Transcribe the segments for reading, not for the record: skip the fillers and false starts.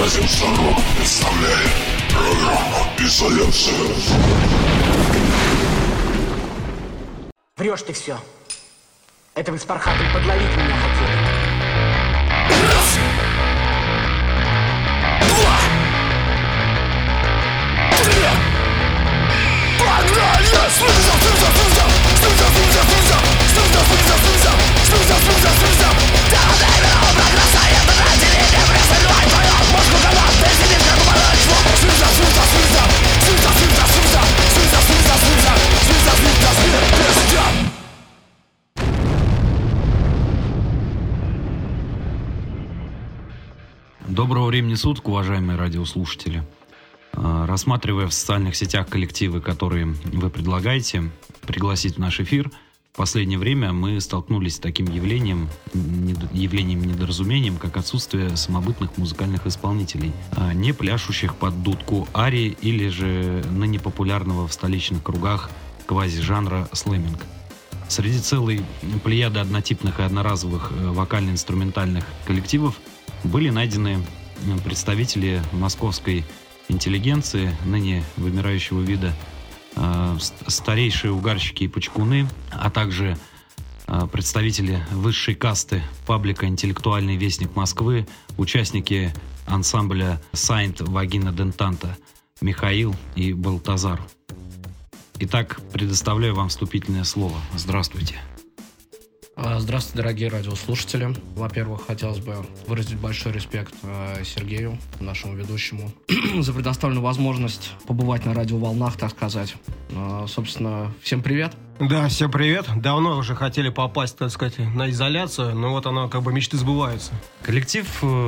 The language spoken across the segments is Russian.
Магазин «Шарок» представляет программу «Изоляция». Врешь ты все. Это вы с Пархатом подловить меня хотели. Раз, два, три. Погнали! Доброго времени суток, уважаемые радиослушатели. Рассматривая в социальных сетях коллективы, которые вы предлагаете пригласить в наш эфир, в последнее время мы столкнулись с таким явлением недоразумением, как отсутствие самобытных музыкальных исполнителей, не пляшущих под дудку арии или же ныне популярного в столичных кругах квази-жанра слэминг. Среди целой плеяды однотипных и одноразовых вокально-инструментальных коллективов были найдены представители московской интеллигенции, ныне вымирающего вида, старейшие угарщики и почкуны, а также представители высшей касты паблика «Интеллектуальный вестник Москвы», участники ансамбля «Сайнт Вагина Дентанта» Михаил и Балтазар. Итак, предоставляю вам вступительное слово. Здравствуйте. Здравствуйте, дорогие радиослушатели. Во-первых, хотелось бы выразить большой респект Сергею, нашему ведущему, за предоставленную возможность побывать на радиоволнах, так сказать. Собственно, всем привет. Да, всем привет. Давно уже хотели попасть, так сказать, на изоляцию, но вот оно, как бы, мечты сбываются. Коллектив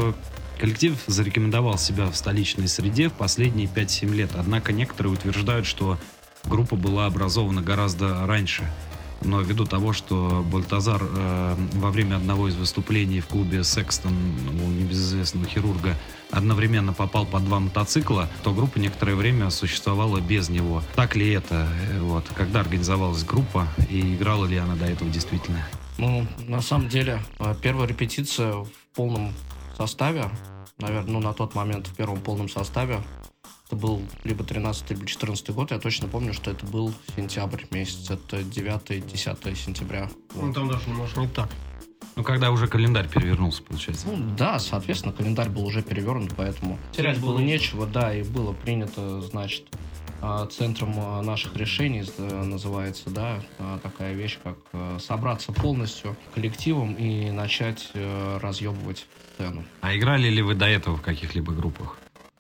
зарекомендовал себя в столичной среде в последние 5-7 лет. Однако некоторые утверждают, что группа была образована гораздо раньше. Но ввиду того, что Балтазар во время одного из выступлений в клубе «Секстон» у небезызвестного хирурга одновременно попал под 2 мотоцикла, то группа некоторое время существовала без него. Так ли это? Когда организовалась группа и играла ли она до этого действительно? На самом деле, первая репетиция в полном составе, наверное, на тот момент в первом полном составе, это был либо 13 либо 14 год. Я точно помню, что это был сентябрь месяц. Это 9-10 сентября. Там даже немножко не так. Когда уже календарь перевернулся, получается. Да, соответственно, календарь был уже перевернут, поэтому терять было нечего, да, и было принято, значит, центром наших решений называется, да, такая вещь, как собраться полностью коллективом и начать разъебывать сцену. А играли ли вы до этого в каких-либо группах?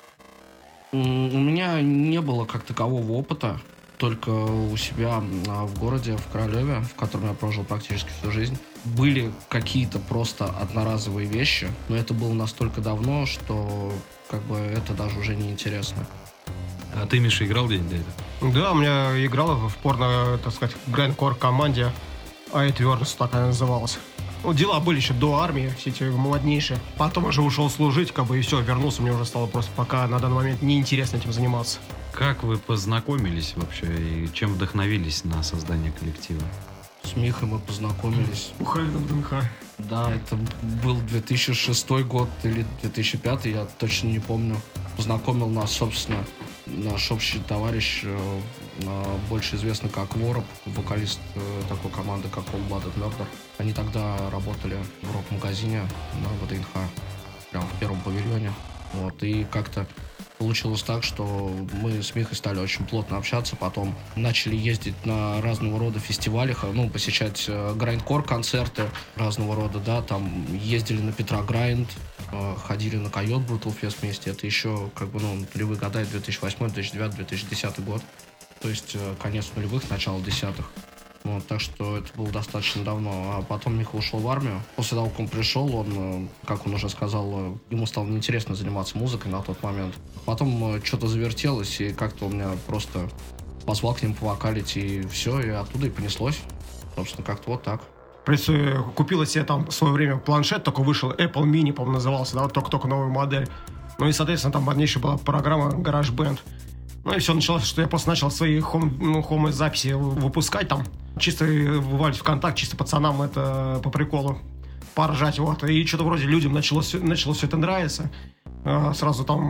У меня не было как такового опыта, только у себя в городе, в Королеве, в котором я прожил практически всю жизнь. Были какие-то просто одноразовые вещи, но это было настолько давно, что это даже уже не интересно. А ты, Миша, играл где-нибудь до этого? Да, у меня играла в порно, так сказать, грайндкор команде Айтвернс, так она называлась. Дела были еще до армии, все эти моднейшие. Потом уже ушел служить, и все, вернулся. Мне уже стало просто пока на данный момент неинтересно этим заниматься. Как вы познакомились вообще и чем вдохновились на создание коллектива? С Михой мы познакомились. Ухали на ВДНХ. Да, это был 2006 год или 2005, я точно не помню. Познакомил нас, собственно, наш общий товарищ, больше известный как Вороб, вокалист такой команды, как All Blooded Murder. Они тогда работали в рок-магазине на ВДНХ, прямо в первом павильоне. И как-то получилось так, что мы с Михой стали очень плотно общаться, потом начали ездить на разного рода фестивали, посещать грайндкор-концерты разного рода, да, там ездили на Петра Грайнд, ходили на Койот Brutal Fest вместе, это еще, нулевые года, 2008, 2009, 2010 год, то есть конец нулевых, начало десятых. Так что это было достаточно давно. А потом Миха ушел в армию. После того, как он пришел, он, как он уже сказал, ему стало неинтересно заниматься музыкой на тот момент. Потом что-то завертелось, и как-то он меня просто позвал к ним повокалить, и все, и оттуда и понеслось. Собственно, как-то вот так. Купила себе там в свое время планшет, только вышел, Apple Mini, по-моему, назывался, да, только новая модель. И, соответственно, там моднейшая была программа GarageBand. И все началось, что я просто начал свои хом-записи выпускать там. Чисто вывалить в контакт, чисто пацанам это по приколу поржать, И что-то вроде людям начало все это нравиться. Сразу там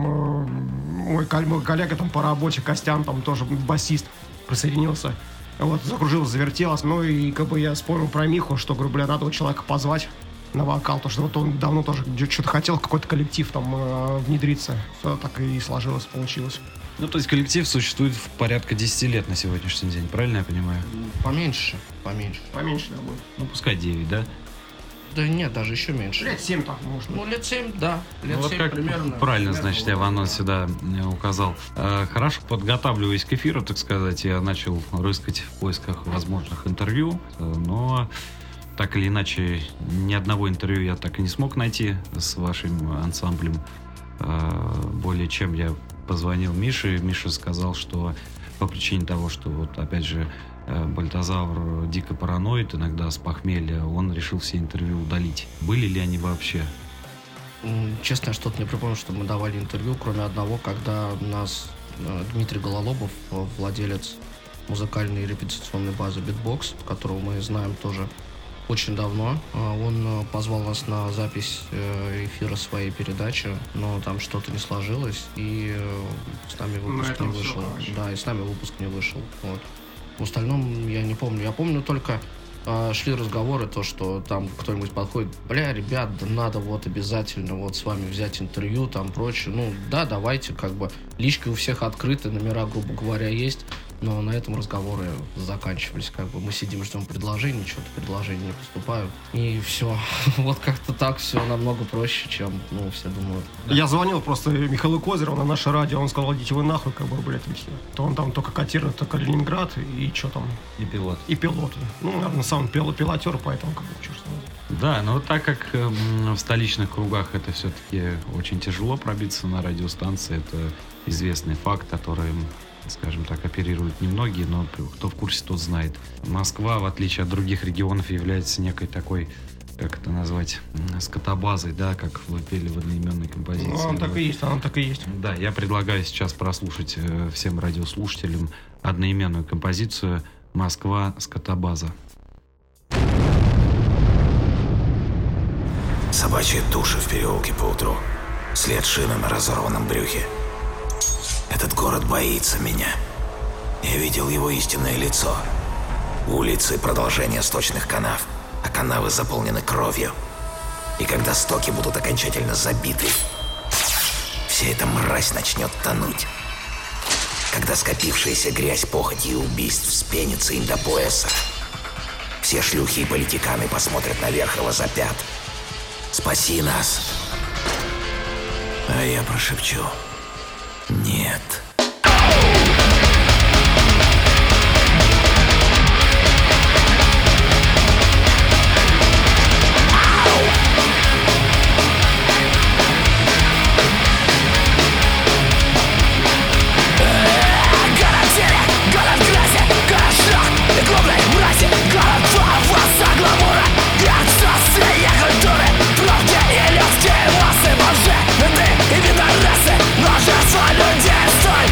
мой коллега там по работе, Костян, там тоже басист, присоединился. Вот, закружилось, завертелось. Ну и как бы я вспомнил про Миху, что, говорю, бля, надо вот человека позвать на вокал, потому что вот он давно тоже что-то хотел в какой-то коллектив там внедриться. Все так и сложилось, получилось. Ну, то есть коллектив существует в порядка 10 лет на сегодняшний день, правильно я понимаю? Поменьше. Поменьше, да, будет. Ну, пускай 9, да? Да нет, даже еще меньше. Лет 7 так, может быть. Ну, лет 7, да. Лет Ну, вот 7 как примерно. правильно, значит, я в анонсе сюда указал. Хорошо подготавливаясь к эфиру, так сказать, я начал рыскать в поисках возможных интервью, но так или иначе ни одного интервью я так и не смог найти с вашим ансамблем. Более чем я позвонил Мише, Миша сказал, что по причине того, что вот опять же Бальтазавр дико параноид, иногда с похмелья, он решил все интервью удалить. Были ли они вообще? Честно, я что-то не припомню, что мы давали интервью, кроме одного, когда нас Дмитрий Гололобов, владелец музыкальной репетиционной базы Beatbox, которого мы знаем тоже очень давно, он позвал нас на запись эфира своей передачи, но там что-то не сложилось, и с нами выпуск не вышел. Да, и с нами выпуск не вышел. Вот. В остальном я не помню. Я помню только шли разговоры, то, что там кто-нибудь подходит, бля, ребят, да надо вот обязательно вот с вами взять интервью, там прочее. Ну, да, давайте, как бы, лички у всех открыты, номера, грубо говоря, есть, но на этом разговоры заканчивались, как бы, мы сидим, ждем предложений, что-то предложения не поступают, и все. Вот как-то так все намного проще, чем, ну, все думают. Я звонил просто Михаилу Козыреву на наше радио, он сказал, идите вы нахуй, как бы, блядь, и все. То он там только котирует, только Ленинград, и что там? И пилот. И пилот. Ну, наверное, сам пилотер, поэтому, как бы, что ж. Да, но так как в столичных кругах это все-таки очень тяжело пробиться на радиостанции, это известный факт, которым, скажем так, оперируют немногие, но кто в курсе, тот знает. Москва, в отличие от других регионов, является некой такой, как это назвать, скотобазой, да, как вы пели в одноименной композиции. Ну, она так и есть, она так и есть. Да, я предлагаю сейчас прослушать всем радиослушателям одноименную композицию «Москва. Скотобаза». Собачьи туши в переулке поутру. След шины на разорванном брюхе. Этот город боится меня. Я видел его истинное лицо. Улицы — продолжение сточных канав, а канавы заполнены кровью. И когда стоки будут окончательно забиты, вся эта мразь начнет тонуть. Когда скопившаяся грязь похоти и убийств вспенится им до пояса, все шлюхи и политиканы посмотрят наверх и возопят: «Спаси нас!» А я прошепчу: «Нет». Множество людей, стой!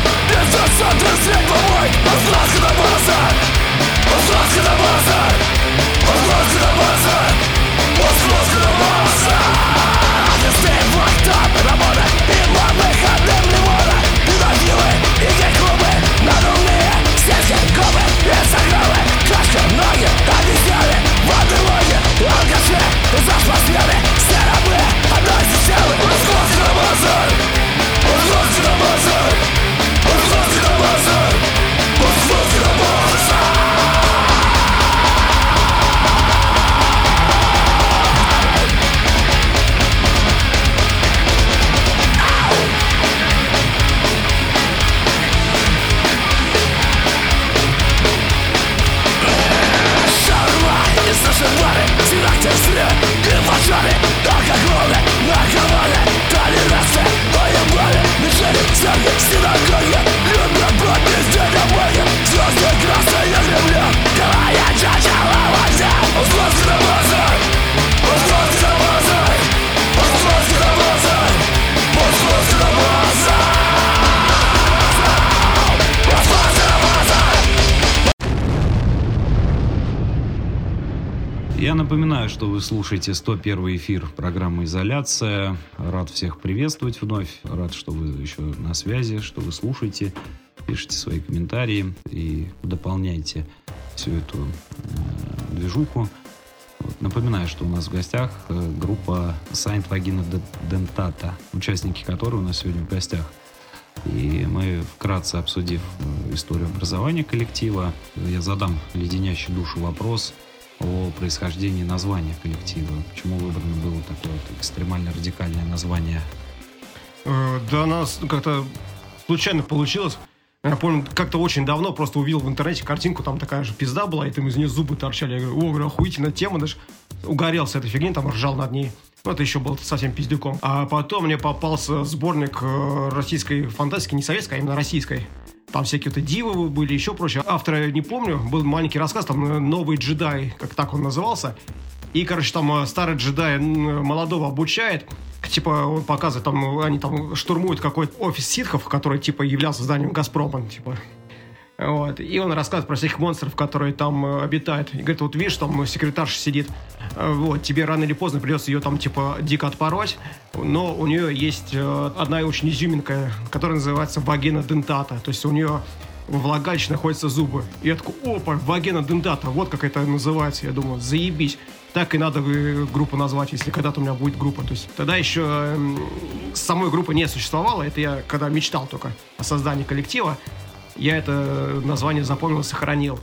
Напоминаю, что вы слушаете 101 эфир программы «Изоляция». Рад всех приветствовать вновь. Рад, что вы еще на связи, что вы слушаете, пишите свои комментарии и дополняйте всю эту движуху. Вот. Напоминаю, что у нас в гостях группа Saint Vagina Dentata, участники которой у нас сегодня в гостях. И мы, вкратце обсудив историю образования коллектива, я задам леденящий душу вопрос о происхождении названия коллектива. Почему выбрано было такое вот экстремально радикальное название? Да, у нас как-то случайно получилось. Я помню, как-то очень давно просто увидел в интернете картинку, там такая же пизда была, и там из нее зубы торчали. Я говорю, охуительная тема, даже угорел с этой фигни, там ржал над ней. Ну, это еще был совсем пиздюком. А потом мне попался сборник российской фантастики, не советской, а именно российской. Там всякие вот дивы были, еще прочее. Автора не помню, был маленький рассказ, там «Новый джедай», как так он назывался. И, короче, там старый джедай молодого обучает. Типа, он показывает, там, они там штурмуют какой-то офис ситхов, который, типа, являлся зданием «Газпрома», типа. Вот. И он рассказывает про всяких монстров, которые там обитают. И говорит, вот видишь, там секретарша сидит. Вот, тебе рано или поздно придется ее там, типа, дико отпороть. Но у нее есть одна очень изюминка, которая называется вагина дентата. То есть у нее в влагалище находятся зубы. И я такой, опа, вагина дентата, вот как это называется. Я думаю, заебись. Так и надо группу назвать, если когда-то у меня будет группа. То есть тогда еще самой группы не существовало. Это я когда мечтал только о создании коллектива. Я это название запомнил и сохранил.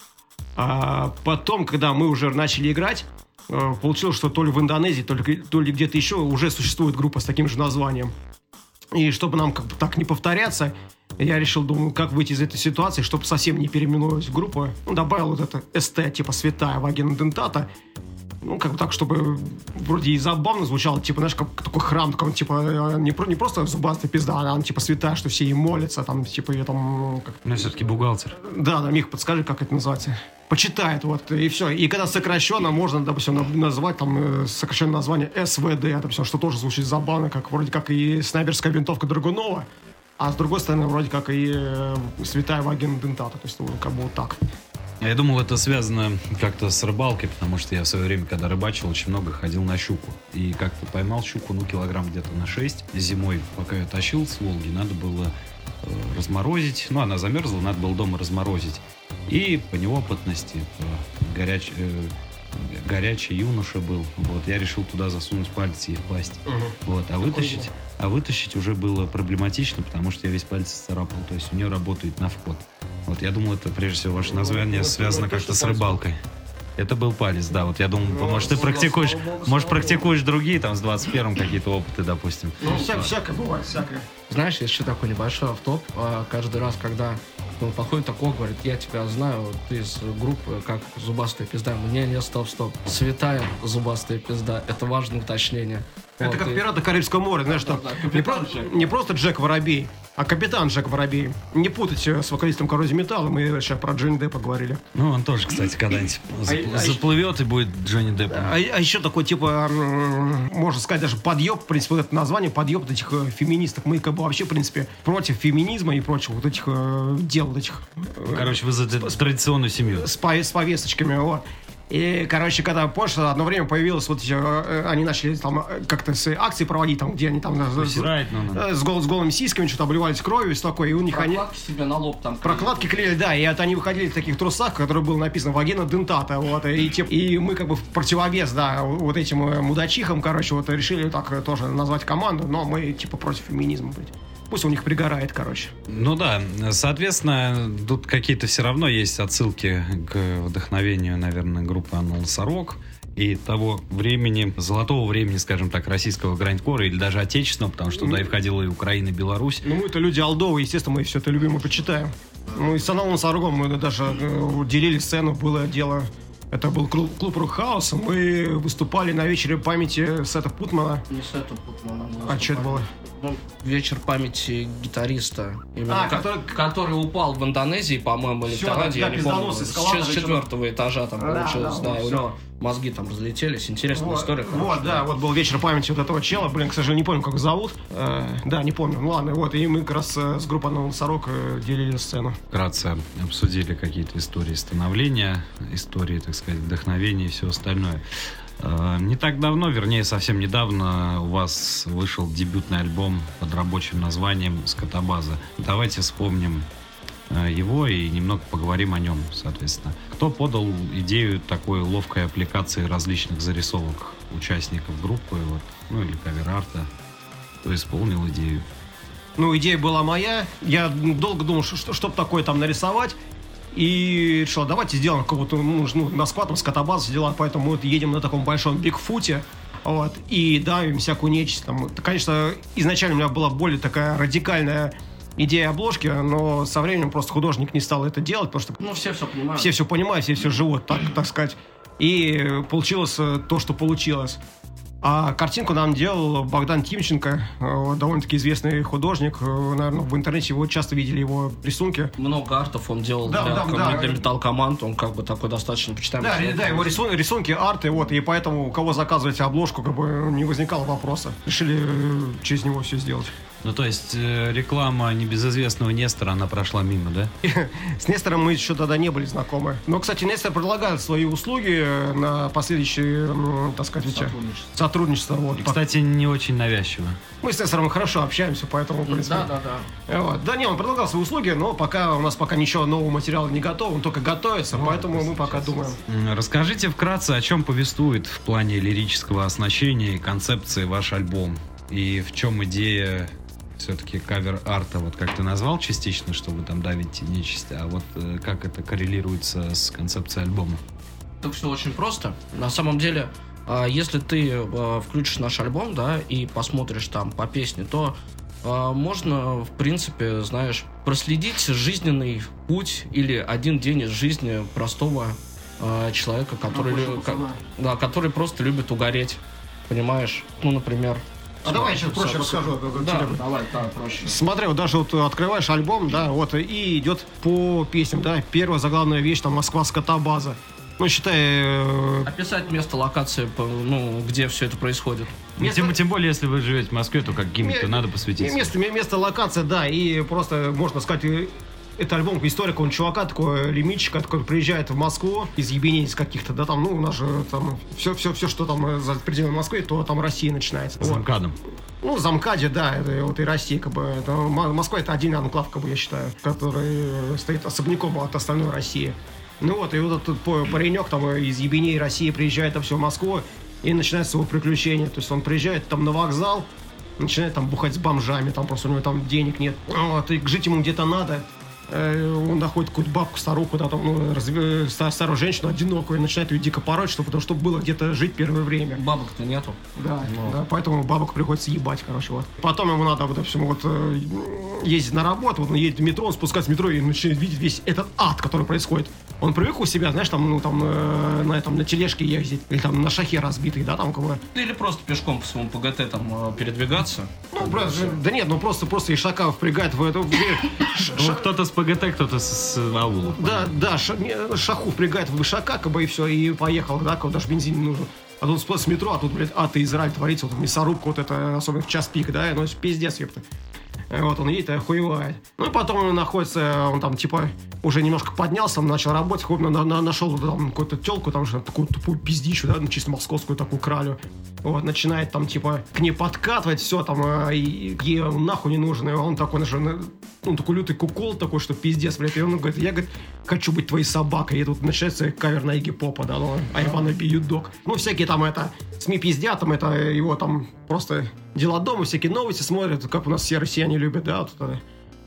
А потом, когда мы уже начали играть, получилось, что то ли в Индонезии, то ли где-то еще уже существует группа с таким же названием. И чтобы нам как бы так не повторяться, я решил, думаю, как выйти из этой ситуации, чтобы совсем не переименовывать группу. Ну, добавил вот это СТ, типа святая вагина дентата. Ну, как бы так, чтобы вроде и забавно звучало, типа, знаешь, как такой храм, такой, типа, не просто зубастая пизда, она, типа, святая, что все ей молятся, там, типа, ее там... Как... Ну, все-таки бухгалтер. Да, Мих, подскажи, как это называется. Почитает, вот, и все. И когда сокращенно, можно, допустим, назвать, там, сокращенное название СВД, допустим, что тоже звучит забавно, как, вроде как и снайперская винтовка Драгунова, а с другой стороны, вроде как и святая вагина дентата, то есть, ну, как бы вот так. Я думал, это связано как-то с рыбалкой, потому что я в свое время, когда рыбачил, очень много ходил на щуку. И как-то поймал щуку, ну, килограмм где-то на 6. Зимой, пока я тащил с Волги, надо было разморозить. Ну, она замерзла, надо было дома разморозить. И по неопытности, горячий юноша был. Вот, я решил туда засунуть пальцы и класть. Вот, а вытащить уже было проблематично, потому что я весь палец царапал. То есть у нее работает на вход. Вот, я думал, это прежде всего ваше название связано как-то с рыбалкой. Это был палец, да. Вот я думал, может, ты практикуешь другие, там, с 21-м какие-то опыты, допустим. Ну, всякое бывает, всякое. Знаешь, есть еще такой небольшой автоп. Каждый раз, когда он подходит такой, говорит, я тебя знаю, ты из группы как зубастая пизда. Не, стоп. Святая зубастая пизда. Это важное уточнение. Это вот, как пираты Карибского моря, знаешь, что не просто Джек Воробей, а капитан Джек Воробей. Не путать с вокалистом Коррозии Металла, мы сейчас про Джонни Деппа говорили. Ну, он тоже, кстати, когда-нибудь заплывет и будет Джонни Деппом. А еще такой, типа, можно сказать, даже подъеб, в принципе, вот это название, подъеб вот этих феминисток. Мы как бы вообще, в принципе, против феминизма и прочих вот этих дел, вот этих... Короче, вы за традиционную семью. С повесточками, вот. И, короче, когда позже одно время появилось, вот они начали там как-то акции проводить, там, где они там с голыми сиськами что-то обливались кровью и все такое, и у них прокладки себе на лоб там. Прокладки клеили, да, и это они выходили в таких трусах, в которых было написано «Вагина дентата», вот, и мы как бы в противовес, да, вот этим мудачихам, короче, вот решили так тоже назвать команду, но мы типа против феминизма быть. Пусть у них пригорает, короче. Ну да, соответственно, тут какие-то все равно есть отсылки к вдохновению, наверное, группы Анна Лосарок и того времени, золотого времени, скажем так, российского грайндкора или даже отечественного, потому что туда и входила и Украина, и Беларусь. Ну, мы-то люди олдовые, естественно, мы все это любим и почитаем. Ну, и с Анной Лосароком мы даже делили сцену, было дело... Это был клуб Рухауса. Мы выступали на вечере памяти Сета Путмана. Не Сета Путмана. А что это было? Ну, вечер памяти гитариста. Именно, который упал в Индонезии, по-моему, или в Таиланде. Я не помню. С 4-го этажа там получилось. Да, у него мозги там разлетелись. Интересная история. Вот, да, вот был вечер памяти вот этого чела. Блин, к сожалению, не помню, как его зовут. Да, не помню. Ну ладно, вот. И мы как раз с группой «Носорог» делили сцену. Вкратце обсудили какие-то истории становления, истории, так сказать, вдохновения и все остальное. Не так давно, вернее, совсем недавно у вас вышел дебютный альбом под рабочим названием «Скотобаза». Давайте вспомним его и немного поговорим о нем, соответственно. Кто подал идею такой ловкой аппликации различных зарисовок участников группы, вот, ну или кавер-арта? Кто исполнил идею? Ну, идея была моя. Я долго думал, что такое там нарисовать. И решил, давайте сделаем какого-то, Москва, там, скотобаза, все дела. Поэтому мы вот едем на таком большом бигфуте. Вот, и давим всякую нечисть. Там. Конечно, изначально у меня была более такая радикальная идея обложки, но со временем просто художник не стал это делать, потому что... Ну, все понимают. Все понимают, все живут, так сказать. И получилось то, что получилось. А картинку нам делал Богдан Тимченко, довольно-таки известный художник. Наверное, в интернете его часто видели, его рисунки. Много артов он делал для металл-команд. Он как бы такой достаточно почитаемый. Да, его рисунки, арты, вот. И поэтому, у кого заказывать обложку, как бы не возникало вопроса. Решили через него все сделать. Ну, то есть реклама небезызвестного Нестора, она прошла мимо, да? С Нестором мы еще тогда не были знакомы. Но, кстати, Нестор предлагает свои услуги на последующее, так сказать, сотрудничество. Вот. И, кстати, не очень навязчиво. Мы с Нестором хорошо общаемся, поэтому, в принципе... Да. Вот. Да не, он предлагал свои услуги, но у нас пока ничего нового материала не готово, он только готовится, поэтому мы пока думаем. Расскажите вкратце, о чем повествует в плане лирического оснащения и концепции ваш альбом? И в чем идея все-таки кавер-арта, вот как ты назвал частично, что вы там давите нечисть, а вот как это коррелируется с концепцией альбома? Так все очень просто. На самом деле, если ты включишь наш альбом, да, и посмотришь там по песне, то можно, в принципе, знаешь, проследить жизненный путь или один день из жизни простого человека, который просто любит угореть, понимаешь? Ну, например... Давай я сейчас проще расскажу. Давай, проще. Смотри, вот даже вот открываешь альбом, да, вот, и идет по песням, да, первая заглавная вещь, там, Москва, скотобаза. Ну, считай... Описать место, локации, где все это происходит. Тем более, если вы живете в Москве, то как гимн-то надо посвятить. Место, локация, да, и просто, можно сказать... Это альбом, история какого-нибудь чувака, такого лимитчика, который приезжает в Москву из ебеней из каких-то, да, там, у нас же там все, что там за пределами Москвы, то там Россия начинается. За МКАДом. Ну, за МКАДе, да, это вот и Россия, как бы. Это, Москва — это один анклав, как бы, я считаю, который стоит особняком от остальной России. Ну вот, и вот этот паренек там из ебеней России приезжает там все в Москву, и начинается его приключение. То есть он приезжает там на вокзал, начинает там бухать с бомжами, там просто у него там денег нет. Вот, и жить ему где-то надо. Он находит какую-то бабку, старуху, да, там, старую женщину одинокую, и начинает ее дико пороть, чтобы было где-то жить первое время. Бабок-то нету. Да, поэтому бабок приходится ебать, короче, вот. Потом ему надо вот всему вот ездить на работу, вот он едет в метро, он спускается в метро и начинает видеть весь этот ад, который происходит. Он привык у себя, знаешь, там, на тележке ездить, или там на шахе разбитый, да, там, как бы. Или просто пешком по своему ПГТ там передвигаться. Да нет, просто Ишака впрягает в эту... Кто-то с ПГТ, кто-то с аула. Да, шаху впрягает в Ишака, как бы, и все, и поехал, да, куда даже бензин не нужен. А тут с метро, а тут, блядь, ад и Израиль творится, вот мясорубка вот это, особенно в час пик, да, пиздец, ёпта. Вот, он едет и охуевает. Ну, и потом он находится, он там, типа, уже немножко поднялся, он начал работать, нашел там какую-то телку, там же такую тупую пиздичу, да, чисто московскую такую кралю. Вот, начинает там, типа, к ней подкатывать, все там, и ей нахуй не нужно. И он такой, он такой лютый кукол такой, что пиздец, блядь. И он говорит, я, говорит, хочу быть твоей собакой. И тут начинается кавер на Игги Попа, да, ну, I wanna be your dog. Ну, всякие там СМИ пиздят, там это его там просто дела дома, всякие новости смотрят, как у нас все россияне любят, да, вот,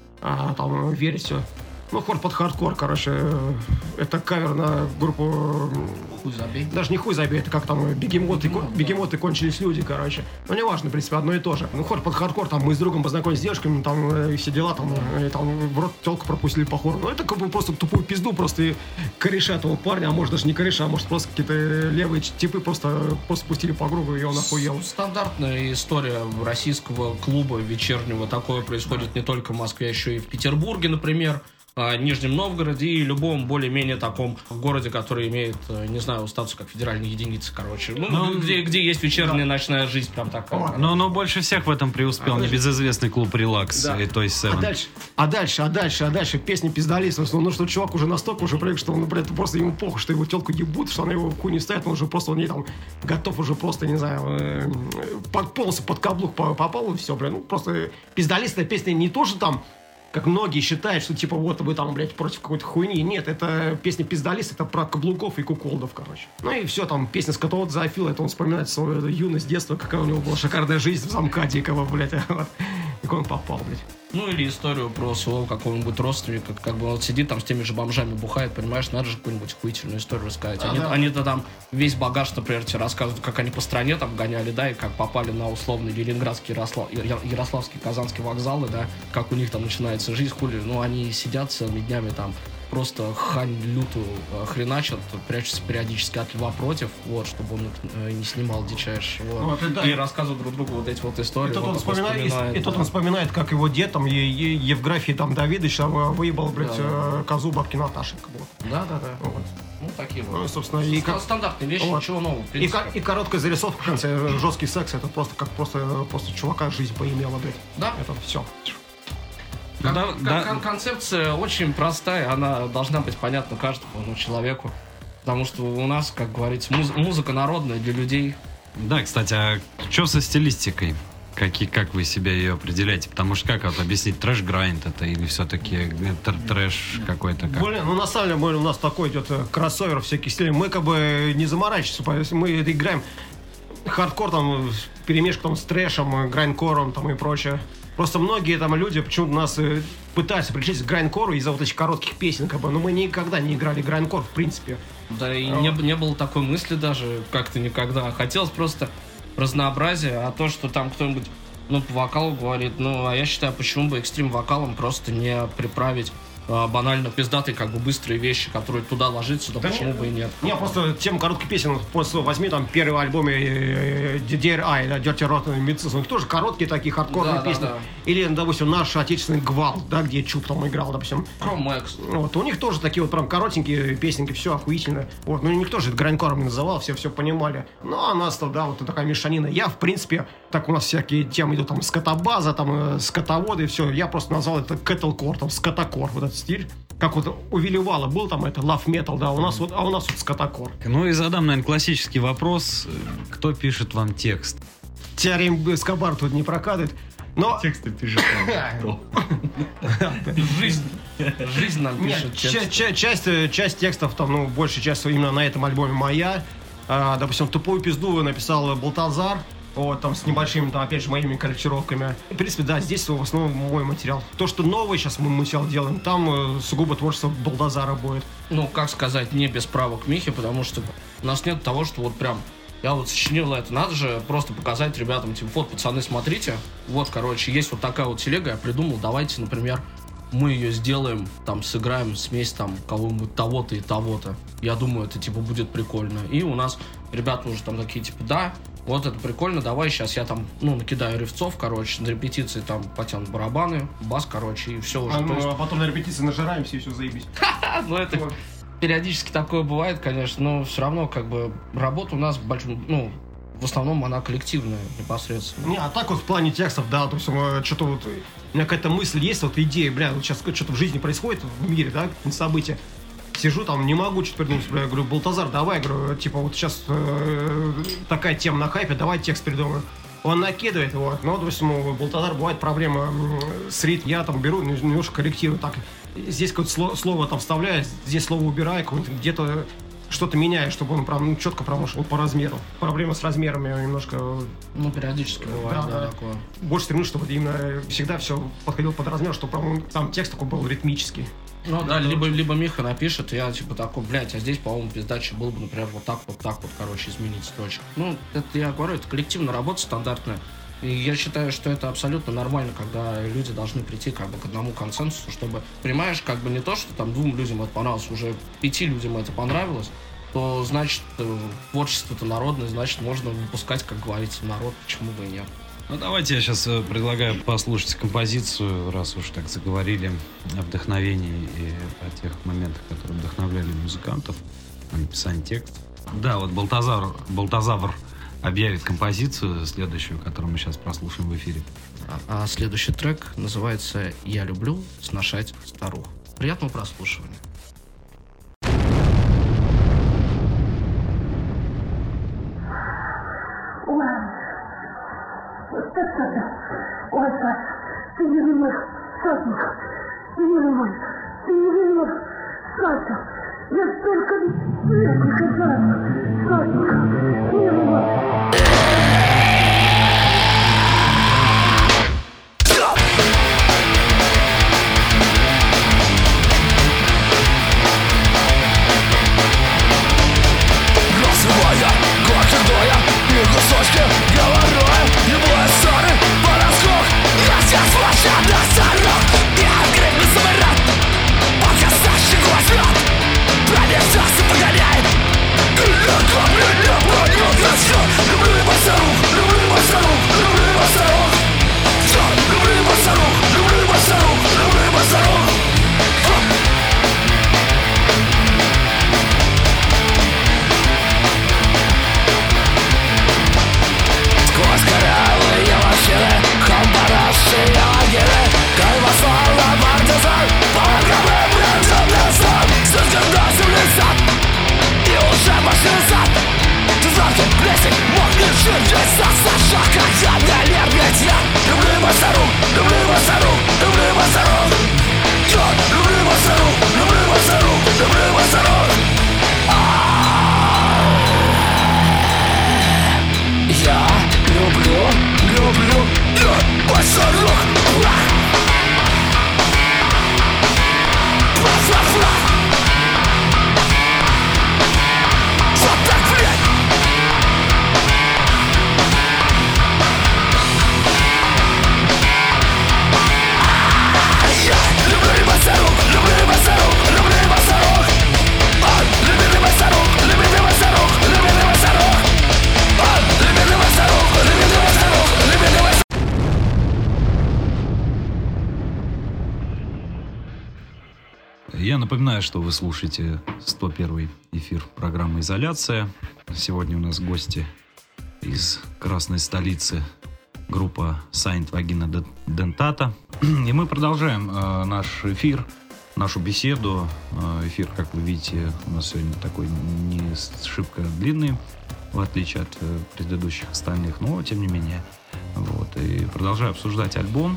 там верить все. Ну, хор под хардкор, короче, это кавер на группу... Хуй забей. Даже не хуй забей, это как там бегемоты кончились люди, короче. Ну, неважно, в принципе, одно и то же. Ну, хор под хардкор, там мы с другом познакомились с девушками, там, и все дела, там в рот телку пропустили по хору. Ну, это как бы просто тупую пизду, просто и кореша этого парня, а может даже не кореша, а может просто какие-то левые типы просто пустили по кругу, и он охуел. Стандартная история российского клуба вечернего, такое происходит не только в Москве, а еще и в Петербурге, например. Нижнем Новгороде и любом более-менее таком городе, который имеет, не знаю, статус как федеральной единицы, короче. Где есть вечерняя ночная жизнь, прям такая. Но больше всех в этом преуспел небезызвестный клуб «Релакс», то есть Seven. А дальше песни пиздолистов. Ну, что чувак уже настолько уже привык, что он, блядь, просто ему похуй, что его телку ебут, что она его в хуй не ставит, он уже просто, он ей там готов уже просто, не знаю, полностью под каблук попал, и все, блядь. Ну, просто пиздолистная песня не то, что там, как многие считают, что типа вот вы там, блядь, против какой-то хуйни. Нет, это песня пиздолист, это про каблуков и куколдов, короче. Ну и все, там песня «Скотовод зоофил», это он вспоминает свою юность, детство, какая у него была шикарная жизнь в замка дикого, блядь, вот. И как он попал, блядь. Ну или историю про своего какого-нибудь родственника, как бы он сидит там с теми же бомжами бухает, понимаешь, надо же какую-нибудь охуительную историю рассказать. Они-то там весь багаж, например, тебе рассказывают, как они по стране там гоняли, да, и как попали на условный Ленинградский, Ярославский, Казанский вокзалы, да, как у них там начинается жизнь, хули, ну они сидят целыми днями там, просто хань лютую хреначат, прячутся периодически от льва против, вот, чтобы он их не снимал дичайше. Вот. И рассказывают друг другу вот эти вот истории. И тут он вспоминает, как его дед, там, Евграфий там, Давидович, там, выебал, блядь, козу бабки Наташенька. Вот. Да. Вот. Ну, такие вот. Ну, собственно, и стандартные вещи, вот. Ничего нового, в принципе. И короткая зарисовка в конце, жесткий секс, это просто как просто чувака жизнь поимела, блядь. Да. Это все. Концепция очень простая, она должна быть понятна каждому человеку, потому что у нас, как говорится, музыка народная для людей. Да, кстати, а что со стилистикой? Как вы себя ее определяете? Потому что как вот объяснить, трэш-грайнд это или все-таки трэш какой-то? Блин, ну на самом деле у нас такой идет кроссовер всяких стилей. Мы как бы не заморачиваемся, мы играем хардкор там, перемешку там с трэшем, грайндкором там и прочее. Просто многие там люди почему-то нас пытаются причислить к грайндкору из-за вот этих коротких песен, как бы, но мы никогда не играли грайндкор, в принципе. Да и не было такой мысли даже как-то никогда. Хотелось просто разнообразия, а то, что там кто-нибудь, ну, по вокалу говорит, ну, а я считаю, почему бы экстрим-вокалом просто не приправить банально пиздатые, как бы, быстрые вещи, которые туда ложатся, да почему бы и нет. Не, просто тему коротких песен, после возьми там первый альбом DRI, да, Dirty Rotten Midsis, у них тоже короткие такие хардкорные песни. Да. Или, допустим, наш отечественный Гвалт, да, где Чуб там играл, допустим. Chrome-Max. Вот, у них тоже такие вот прям коротенькие песенки, все охуительно. Вот, ну никто же это грайндкором не называл, все понимали. Ну, а нас-то, да, вот такая мешанина. Я, в принципе, так у нас всякие темы идут, там, скотобаза, там, скотоводы, все. Я просто назвал это кэтлкор, там, скотокор, вот этот стиль. Как вот у Вилли Вала был там это love metal, да, у нас вот скотокор. Ну и задам, наверное, классический вопрос. Кто пишет вам текст? Теорем Эскобар тут не прокатывает. Но... Тексты пишет вам кто? Жизнь нам пишет текст. Часть текстов, там, ну, большая часть именно на этом альбоме моя. Допустим, «Тупую пизду» написал Балтазар. Вот, там, с небольшими, там, опять же, моими корректировками. В принципе, да, здесь в основном мой материал. То, что новое сейчас мы материал делаем, там сугубо творчество Балдазара будет. Ну, как сказать, не без права к Михе, потому что у нас нет того, что вот прям я вот сочинил это. Надо же просто показать ребятам, типа, вот, пацаны, смотрите. Вот, короче, есть вот такая вот телега, я придумал, давайте, например, мы ее сделаем, там, сыграем смесь, там, кого-нибудь того-то и того-то. Я думаю, это, типа, будет прикольно. И у нас ребята уже там такие, типа, да, вот это прикольно, давай сейчас я там, ну, накидаю ревцов, короче, на репетиции там потянут барабаны, бас, короче, и все уже. А потом на репетиции нажираемся и все заебись. Ну, это периодически такое бывает, конечно, но все равно, как бы, работа у нас, ну, в основном она коллективная непосредственно. Не, а так вот в плане текстов, да, то есть что-то вот, у меня какая-то мысль есть, вот идея, бля, вот сейчас что-то в жизни происходит, в мире, да, события. Сижу там, не могу что-то придумать, я говорю, Балтазар, давай, говорю, типа, вот сейчас такая тема на хайпе, давай текст придумаем. Он накидывает его, но, допустим, у Балтазар бывает проблема с ритмом, я там беру, немножко корректирую, так, здесь какое-то слово там вставляю, здесь слово убираю, где-то что-то меняю, чтобы он прям четко промышлял по размеру. Проблема с размерами немножко... Ну, периодически бывает, да, такое. Больше стремлюсь, чтобы именно всегда все подходило под размер, чтобы там текст такой был ритмический. Ну да, либо Миха напишет, я типа такой, блядь, а здесь, по-моему, пиздача было бы, например, вот так, короче, изменить строчек. Ну, это, я говорю, это коллективная работа стандартная. И я считаю, что это абсолютно нормально, когда люди должны прийти как бы к одному консенсусу, чтобы, понимаешь, как бы не то, что там 2 людям это понравилось, уже 5 людям это понравилось, то значит творчество-то народное, значит можно выпускать, как говорится, народ, почему бы и нет. Ну, давайте я сейчас предлагаю послушать композицию, раз уж так заговорили о вдохновении и о тех моментах, которые вдохновляли музыкантов на написание текстов. Да, вот Балтазавр объявит композицию следующую, которую мы сейчас прослушаем в эфире. А следующий трек называется «Я люблю сношать старух». Приятного прослушивания. Ой, ты не вернешь, Сашенька, ты не вернешь, Саша, я столько лет не хотела, Сашенька, не вернешь. Голосовая, гордая, и кусочки говороя, и мои ссоры по раскох, я сейчас ваша на сорок, я гребну самарат, пока Саша возьмет, промежался погоняет, и я камню не понял, люблю его старух, люблю его старух, люблю его старух, люблю его старух, люблю его старух, люблю его старух. Сквозь кораллы машины, хамбараши и лагеры, колбасова партизан, программы бренжем лесом, суждено землесад, и уже машин зад. Тузовки, плесень, мокрый жир, весь Саша, хотя мне нервничать я. Люблю его старух, люблю его старух, люблю его старух. Я люблю его старух, люблю его старух, люблю его старух. Я люблю, старух. Что так, блядь? Я люблю его старух, люблю его старух, люблю его старух. Люблю его старух, люблю его старух, люблю его старух. Люблю его старух, люблю его старух, люблю его старух. Я напоминаю, что вы слушаете 101-й эфир программы «Изоляция». Сегодня у нас гости из красной столицы, группа Saint Vagina Dentata. И мы продолжаем наш эфир, нашу беседу. Эфир, как вы видите, у нас сегодня такой не шибко длинный, в отличие от предыдущих остальных, но тем не менее. Вот. И продолжаю обсуждать альбом,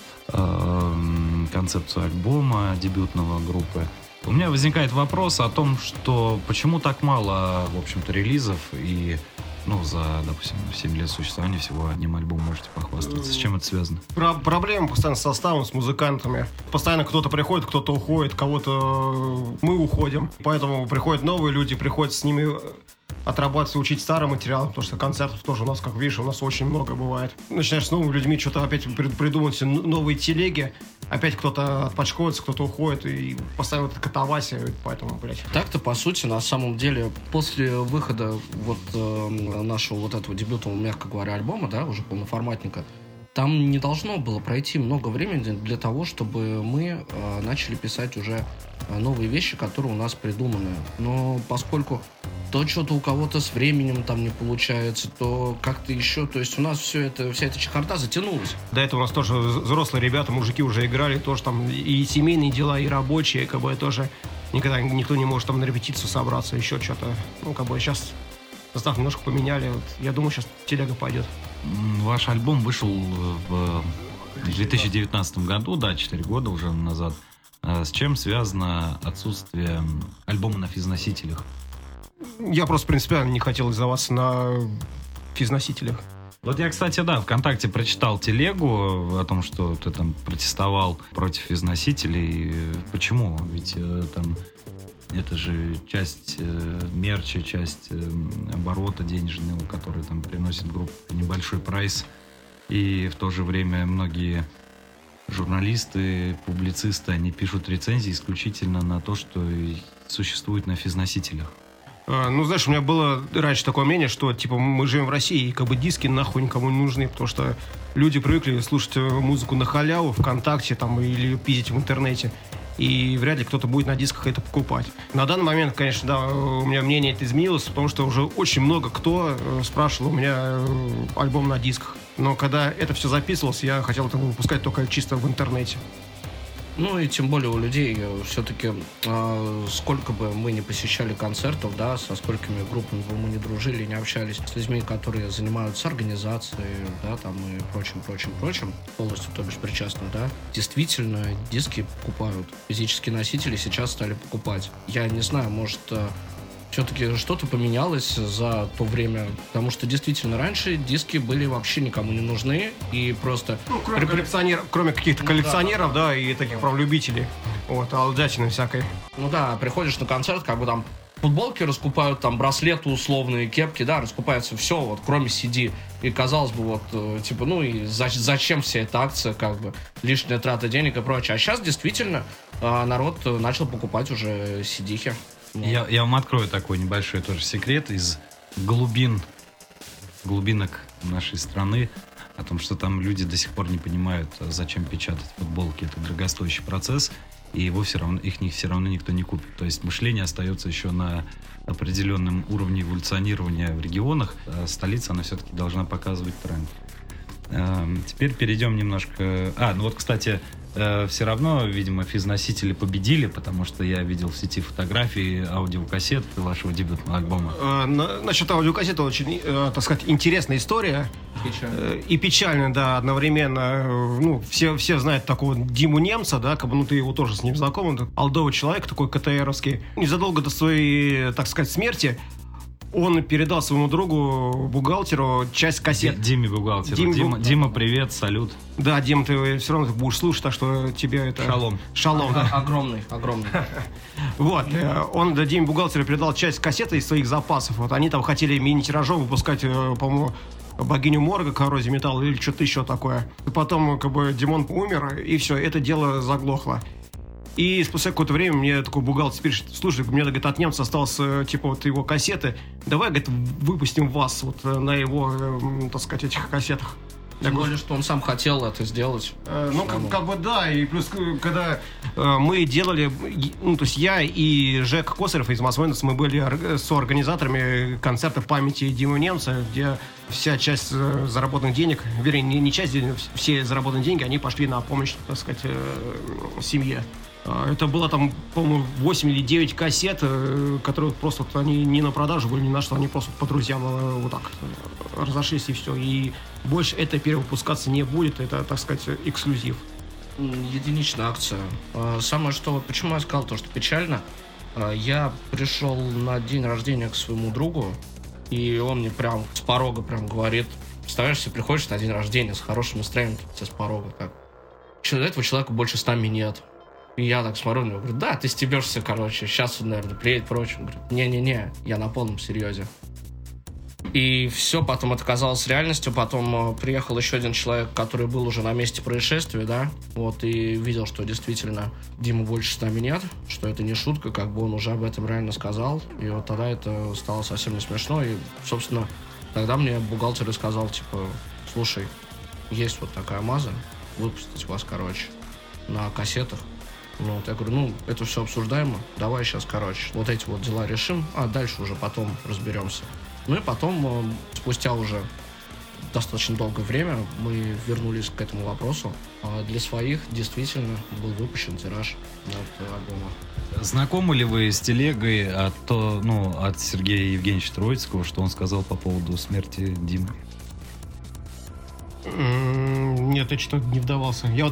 концепцию альбома дебютного группы. У меня возникает вопрос о том, что почему так мало, в общем-то, релизов и, за, допустим, 7 лет существования всего одним альбомом можете похвастаться. С чем это связано? Проблема постоянно с составом, с музыкантами. Постоянно кто-то приходит, кто-то уходит, кого-то мы уходим. Поэтому приходят новые люди, приходится с ними отрабатывать, учить старый материал, потому что концертов тоже у нас, как видишь, у нас очень много бывает. Начинаешь с новыми людьми что-то опять придумывать новые телеги, опять кто-то отпочковывается, кто-то уходит, и постоянно вот эта катавасия, поэтому, блядь. Так-то, по сути, на самом деле, после выхода нашего вот этого дебютного, мягко говоря, альбома, да, уже полноформатника, там не должно было пройти много времени для того, чтобы мы начали писать уже новые вещи, которые у нас придуманы. Но поскольку то что-то у кого-то с временем там не получается, то как-то еще, то есть у нас вся эта чехарда затянулась. До этого у нас тоже взрослые ребята, мужики уже играли, тоже там и семейные дела, и рабочие, как бы тоже никогда никто не может там на репетицию собраться, еще что-то. Сейчас состав немножко поменяли, я думаю, сейчас телега пойдет. Ваш альбом вышел в 2019 году, 4 года уже назад. С чем связано отсутствие альбома на физносителях? Я просто принципиально не хотел издаваться на физносителях. Вот я, кстати, ВКонтакте прочитал телегу о том, что ты там протестовал против физносителей. Почему? Ведь там это же часть мерча, часть оборота денежного, который там приносит группе небольшой прайс. И в то же время многие журналисты, публицисты, они пишут рецензии исключительно на то, что существует на физносителях. Ну, знаешь, у меня было раньше такое мнение, что, типа, мы живем в России, и как бы диски нахуй никому не нужны, потому что люди привыкли слушать музыку на халяву, ВКонтакте там или пиздить в интернете, и вряд ли кто-то будет на дисках это покупать. На данный момент, конечно, да, у меня мнение это изменилось, потому что уже очень много кто спрашивал у меня альбом на дисках. Но когда это все записывалось, я хотел это выпускать только чисто в интернете. Ну и тем более у людей все-таки, сколько бы мы не посещали концертов, да, со сколькими группами бы мы не дружили, не общались с людьми, которые занимаются организацией, да, там и прочим, полностью, то бишь, причастны, да, действительно диски покупают. Физические носители сейчас стали покупать. Я не знаю, может, все-таки что-то поменялось за то время, потому что действительно раньше диски были вообще никому не нужны и просто... Ну, кроме каких-то коллекционеров, да, и таких прям любителей, вот, алдятины всякой. Ну да, приходишь на концерт, как бы там футболки раскупают, там браслеты условные, кепки, да, раскупается все, вот, кроме CD. И казалось бы, вот, типа, ну и зачем вся эта акция, как бы, лишняя трата денег и прочее. А сейчас действительно народ начал покупать уже CD-хи. Я вам открою такой небольшой тоже секрет из глубинок нашей страны, о том, что там люди до сих пор не понимают, зачем печатать футболки. Это дорогостоящий процесс, и их все равно никто не купит. То есть мышление остается еще на определенном уровне эволюционирования в регионах. А столица, она все-таки должна показывать тренд. Теперь перейдем немножко... ну вот, кстати, все равно, видимо, физносители победили, потому что я видел в сети фотографии аудиокассет вашего дебютного альбома. Насчет аудиокассеты очень, так сказать, интересная история. И печальная, да, одновременно. Ну, все знают такого Диму Немца, да, как бы, ну, ты его тоже с ним знаком. Алдовый человек, такой КТРовский. Незадолго до своей, так сказать, смерти он передал своему другу, бухгалтеру, часть кассет. Диме бухгалтеру. Дима, привет, салют. Да, Дим, ты все равно будешь слушать, так что тебе это... Шалом, да. Огромный. Вот, он Диме бухгалтеру передал часть кассеты из своих запасов. Вот они там хотели мини-тиражом выпускать, по-моему, богиню морга, коррозию металла или что-то еще такое. И потом, как бы, Димон умер, и все, это дело заглохло. И спустя какое-то время мне такой бухгалтер пишет: слушай, мне, говорит, от немца осталось, типа, вот его кассеты, давай, говорит, выпустим вас вот на его, так сказать, этих кассетах. Тем более, что он сам хотел это сделать. Ну, как бы, да, и плюс, когда мы делали, ну, то есть я и Жек Косарев из Москвы, мы были соорганизаторами концерта в памяти Димы Немца, где вся часть заработанных денег, вернее, не часть денег, все заработанные деньги, они пошли на помощь, так сказать, семье. Это было там, по-моему, 8 или 9 кассет, которые просто вот, они не на продажу были, ни на что, они просто по друзьям вот так разошлись и все. И больше это перевыпускаться не будет, это, так сказать, эксклюзив. Единичная акция. Самое что, почему я сказал то, что печально, я пришел на день рождения к своему другу, и он мне прям с порога прям говорит: представляешь, ты приходишь на день рождения с хорошим настроением, тебе с порога как. Этого человека больше с нами нет. И я так смотрю на него, говорю: да, ты стебешься, короче, сейчас он, наверное, приедет, прочим. Говорит: не-не-не, я на полном серьезе. И все, потом это казалось реальностью, потом приехал еще один человек, который был уже на месте происшествия, да, вот, и видел, что действительно Димы больше с нами нет, что это не шутка, как бы он уже об этом реально сказал, и вот тогда это стало совсем не смешно, и, собственно, тогда мне бухгалтер сказал, типа: слушай, есть вот такая маза, выпустить вас, короче, на кассетах. Ну, вот я говорю: ну, это все обсуждаемо, давай сейчас, короче, вот эти вот дела решим, а дальше уже потом разберемся. Ну и потом, спустя уже достаточно долгое время, мы вернулись к этому вопросу. Для своих действительно был выпущен тираж от альбома. Знакомы ли вы с телегой от Сергея Евгеньевича Троицкого, что он сказал по поводу смерти Димы? Нет, я что-то не вдавался. Я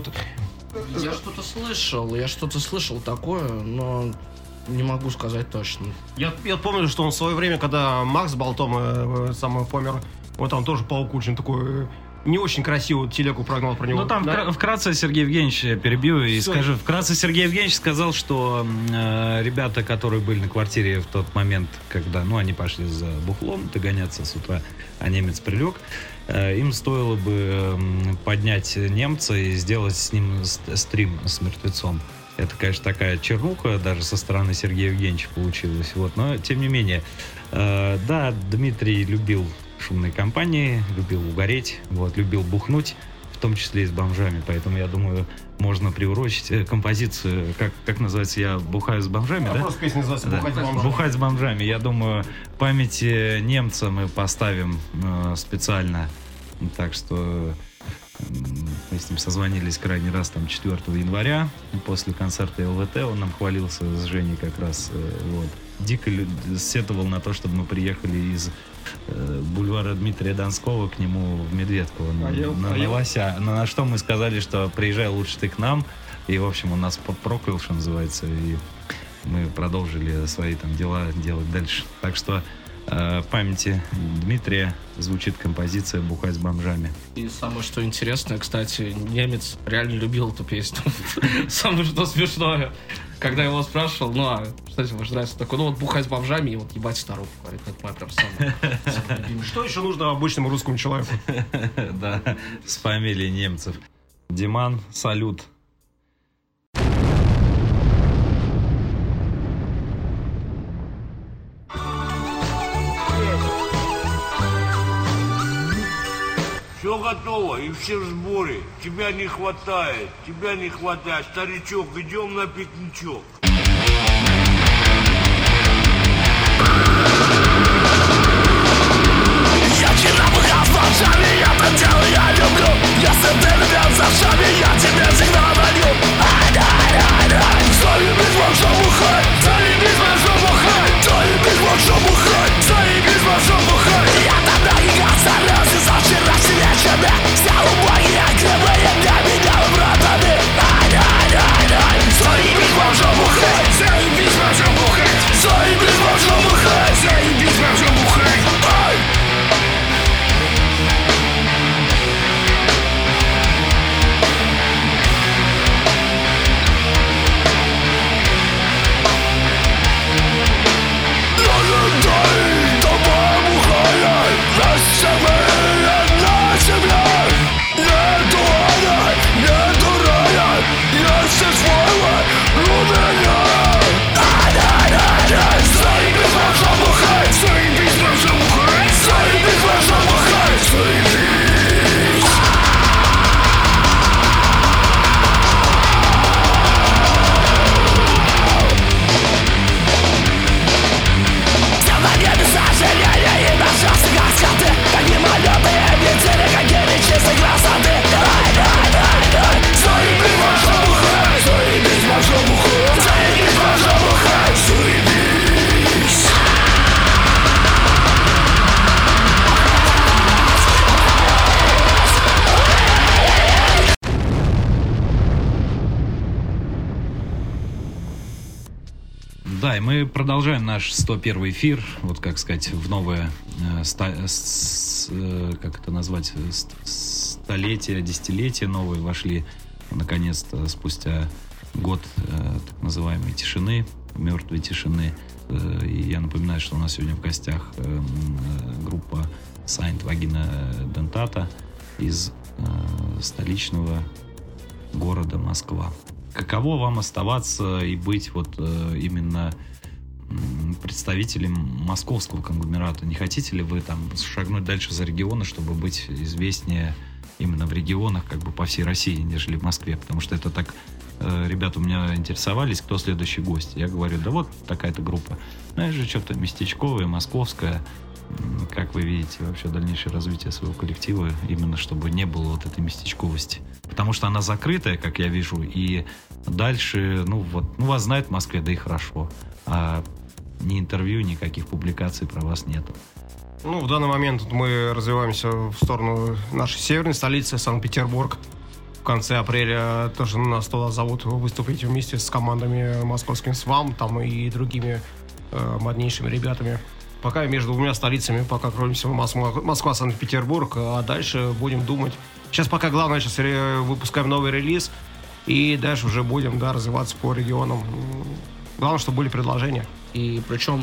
что-то слышал такое, но не могу сказать точно. Я помню, что он в свое время, когда Макс Болтом сам помер, вот там тоже Паук очень такой не очень красивую телегу прогнал про него. Ну там, да? Вкратце Сергей Евгеньевич, перебью и скажу. Вкратце Сергей Евгеньевич сказал, что ребята, которые были на квартире в тот момент, когда, они пошли за бухлом догоняться с утра, а немец прилег, им стоило бы поднять немца и сделать с ним стрим с мертвецом. Это, конечно, такая чернуха даже со стороны Сергея Евгеньевича получилась. Вот. Но, тем не менее, да, Дмитрий любил шумные компании, любил угореть, вот, любил бухнуть, в том числе и с бомжами. Поэтому, я думаю, можно приурочить композицию, как называется, «Я бухаю с бомжами», да? Просто песня называется «Бухать с бомжами». «Бухать с бомжами». Я думаю, памяти немца мы поставим специально. Так что мы с ним созвонились крайний раз там 4 января после концерта ЛВТ. Он нам хвалился с Женей как раз. Вот. Дико сетовал на то, чтобы мы приехали из бульвара Дмитрия Донского к нему в Медведково на Лося. На что мы сказали, что приезжай лучше ты к нам. И, в общем, он нас проклял, что называется. И мы продолжили свои там дела делать дальше. Так что памяти Дмитрия звучит композиция «Бухать с бомжами». И самое, что интересное, кстати, немец реально любил эту песню. Самое, что смешное, когда я его спрашивал, что тебе нравится, такой, вот «Бухать с бомжами» и вот «Ебать старуху», говорит, это моя прям самая любимая. Что еще нужно обычному русскому человеку? Да, с фамилией немцев. Диман, салют. Все готово, и все в сборе. Тебя не хватает, старичок, идем на пикничок. Я кинобухал с бомжами, это дело я люблю. Если ты любил за шами, я тебе всегда налью. Ай-дай-дай-дай, заебись бомжом бухать, заебись бомжом бухать, заебись бомжом бухать, заебись бомжом бухать. Я тогда гигант старался за вчерашней вечерами. Все убогие, кривые для меня братаны. Ай-дай-дай-дай, заебись бомжом бухать, заебись бомжом бухать, заебись бомжом бухать, заебись бомжом бухать. Ай! Да, и мы продолжаем наш 101 эфир, вот как сказать, в новое, как это назвать, столетие, десятилетие новые вошли, наконец-то, спустя год так называемой тишины, мертвой тишины. И я напоминаю, что у нас сегодня в гостях группа Saint Vagina Dentata из столичного города Москва. Каково вам оставаться и быть вот именно представителем московского конгломерата? Не хотите ли вы там шагнуть дальше за регионы, чтобы быть известнее именно в регионах, как бы по всей России, нежели в Москве? Потому что это так... Ребята у меня интересовались, кто следующий гость. Я говорю, да вот такая-то группа. Ну, это же что-то местечковое, московское. Как вы видите вообще дальнейшее развитие своего коллектива, именно чтобы не было вот этой местечковости? Потому что она закрытая, как я вижу, и дальше, вас знают в Москве, да и хорошо. А ни интервью, никаких публикаций про вас нету. В данный момент мы развиваемся в сторону нашей северной столицы, Санкт-Петербург. В конце апреля тоже нас туда зовут выступить вместе с командами московским СВАМ там и другими моднейшими ребятами. Пока между двумя столицами, пока кроемся Москва, Санкт-Петербург, а дальше будем думать. Сейчас пока главное, сейчас выпускаем новый релиз, и дальше уже будем развиваться по регионам. Главное, чтобы были предложения. И причем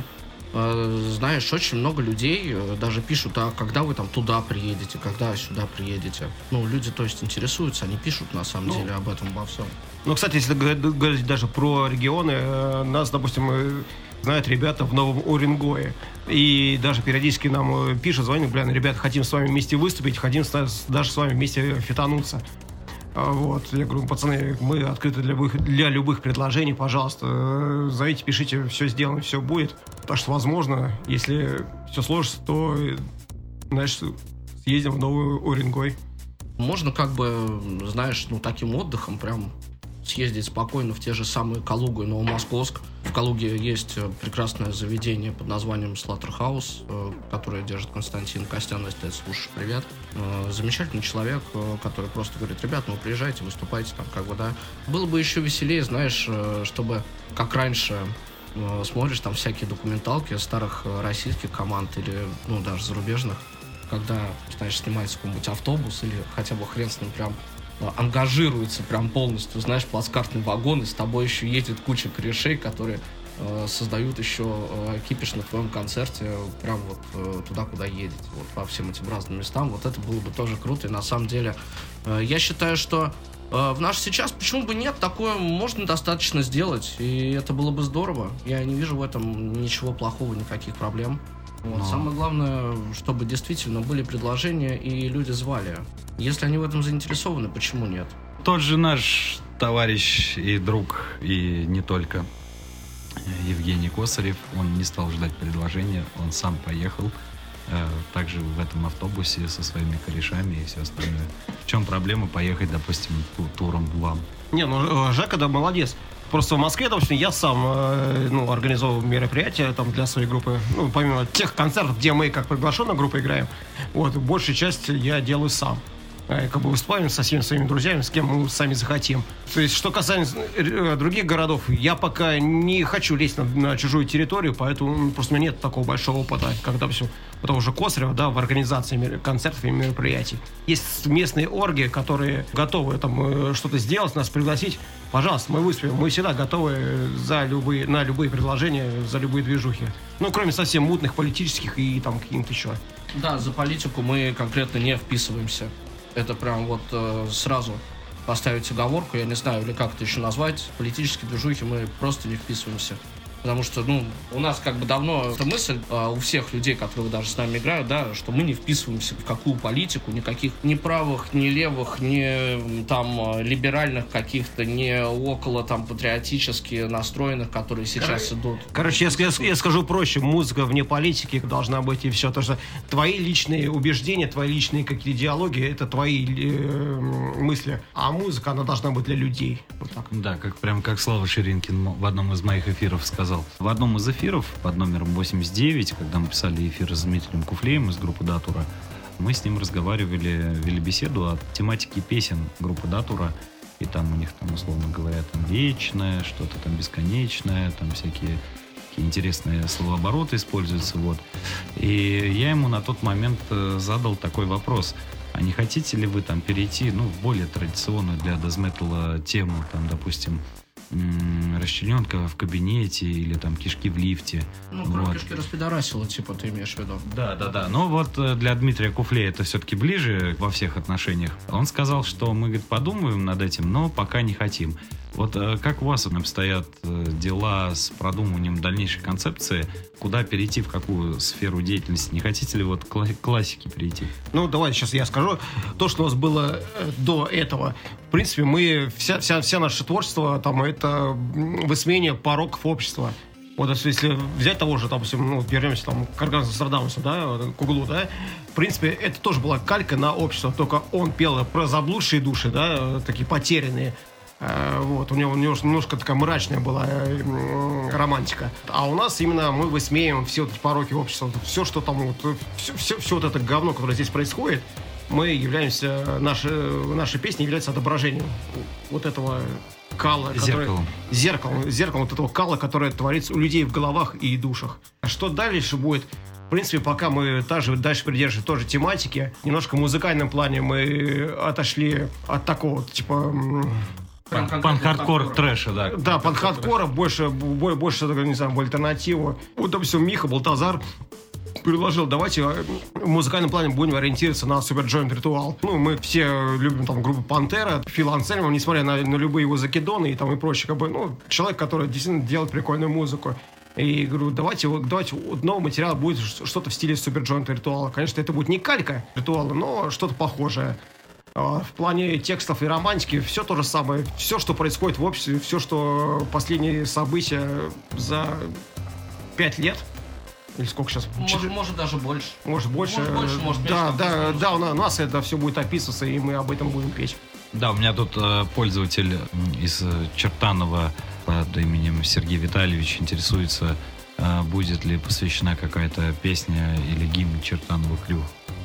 знаешь, очень много людей даже пишут, а когда вы там туда приедете, когда сюда приедете. Ну, люди, то есть, интересуются, они пишут, на самом деле, об этом, обо всем. Ну, кстати, если говорить даже про регионы, нас, допустим, знают ребята в Новом Уренгое. И даже периодически нам пишут, звонят, ребята, хотим с вами вместе выступить, хотим даже с вами вместе фитануться. Вот, я говорю, пацаны, мы открыты для любых предложений, пожалуйста, зовите, пишите, все сделаем, все будет. Так что, возможно, если все сложится, то, знаешь, съездим в Новый Уренгой. Можно как бы, знаешь, таким отдыхом прям съездить спокойно в те же самые Калугу и Новомосковск. В Калуге есть прекрасное заведение под названием Slaughterhouse, которое держит Константин Костян, если ты слушаешь, привет. Замечательный человек, который просто говорит, ребят, приезжайте, выступайте там, как бы, да. Было бы еще веселее, знаешь, чтобы, как раньше, смотришь там всякие документалки старых российских команд или, даже зарубежных, когда, знаешь, снимается какой-нибудь автобус или хотя бы хрен с ним прям ангажируется прям полностью, знаешь, плацкартный вагон, и с тобой еще едет куча корешей, которые создают еще кипиш на твоем концерте прям вот туда, куда едете, вот по всем этим разным местам. Вот это было бы тоже круто, и на самом деле я считаю, что в наш сейчас, почему бы нет, такое можно достаточно сделать, и это было бы здорово. Я не вижу в этом ничего плохого, никаких проблем. Вот. Самое главное, чтобы действительно были предложения и люди звали. Если они в этом заинтересованы, почему нет? Тот же наш товарищ и друг, и не только, Евгений Косарев, он не стал ждать предложения, он сам поехал, также в этом автобусе со своими корешами и все остальное. В чем проблема поехать, допустим, туром вам? Не, Жека, да, молодец. Просто в Москве, допустим, я сам организовывал мероприятия там для своей группы. Помимо тех концертов, где мы как приглашенная группа играем, большую часть я делаю сам. Как бы выступаем со всеми своими друзьями, с кем мы сами захотим. То есть, что касается других городов, я пока не хочу лезть на чужую территорию, поэтому просто у меня нет такого большого опыта, как, допустим, того же Косарева, да, в организации концертов и мероприятий. Есть местные орги, которые готовы там что-то сделать, нас пригласить. Пожалуйста, мы выступим. Мы всегда готовы на любые предложения, за любые движухи. Кроме совсем мутных политических и там каких-то еще. Да, за политику мы конкретно не вписываемся. Это прям вот сразу поставить оговорку, я не знаю, или как это еще назвать. Политические движухи мы просто не вписываемся. Потому что, у нас как бы давно эта мысль у всех людей, которые даже с нами играют, да, что мы не вписываемся в какую политику, никаких ни правых, ни левых, ни там либеральных каких-то, ни около там патриотически настроенных, которые сейчас идут. Короче, я скажу проще, музыка вне политики должна быть и все. То, что твои личные убеждения, твои личные какие-то диалоги, это твои мысли. А музыка, она должна быть для людей. Вот так. Да, как Слава Ширинкин в одном из моих эфиров сказал. В одном из эфиров под номером 89, когда мы писали эфир с Дмитрием Куфлеем из группы Датура, мы с ним разговаривали, вели беседу о тематике песен группы Датура. И там у них, там, условно говоря, там вечное, что-то там бесконечное, там всякие такие интересные словообороты используются. Вот. И я ему на тот момент задал такой вопрос. А не хотите ли вы там перейти, в более традиционную для дэз-металла тему, там, допустим, расчлененка в кабинете или там кишки в лифте. Кишки распидорасило, типа, ты имеешь в виду. Да. Но вот для Дмитрия Куфлея это все-таки ближе во всех отношениях. Он сказал, что мы, говорит, подумаем над этим, но пока не хотим. Вот как у вас обстоят дела с продумыванием дальнейшей концепции? Куда перейти, в какую сферу деятельности? Не хотите ли вот к классике перейти? Давайте сейчас я скажу. То, что у нас было до этого, в принципе, мы, вся наше творчество, там, это высмеяние пороков общества. Вот если взять того же, допустим, вернемся там, к Нострадамусу, да, к углу, да, в принципе, это тоже была калька на общество, только он пел про заблудшие души, да, такие потерянные. Вот, у него немножко такая мрачная была романтика. А у нас именно мы высмеиваем все вот эти пороки общества. Все, что там, все вот это говно, которое здесь происходит, мы являемся, наши песни являются отображением вот этого кала. Зеркалом вот этого кала, которое творится у людей в головах и душах. Что дальше будет? В принципе, пока мы дальше придерживаемся тоже тематики, немножко в музыкальном плане мы отошли от такого, типа, Панк-хардкор трэша, да. Да, панк-хардкора, больше, не знаю, в альтернативу. Вот, допустим, Миха Балтазар предложил, давайте в музыкальном плане будем ориентироваться на Superjoint Ritual. Ну, мы все любим там группу Пантера, Фила Ансельма, несмотря на любые его закидоны и там и прочее, как бы, ну, человек, который действительно делает прикольную музыку. И говорю, давайте новый материал будет что-то в стиле Superjoint Ritual. Конечно, это будет не калька Ритуала, но что-то похожее. В плане текстов и романтики все то же самое. Все, что происходит в обществе, все, что последние события за 5 лет. Или сколько сейчас? Может даже больше. Может больше. Может Да, у нас это все будет описываться, и мы об этом будем петь. Да, у меня тут пользователь из Чертанова под именем Сергей Витальевич интересуется, будет ли посвящена какая-то песня или гимн Чертанова Крю.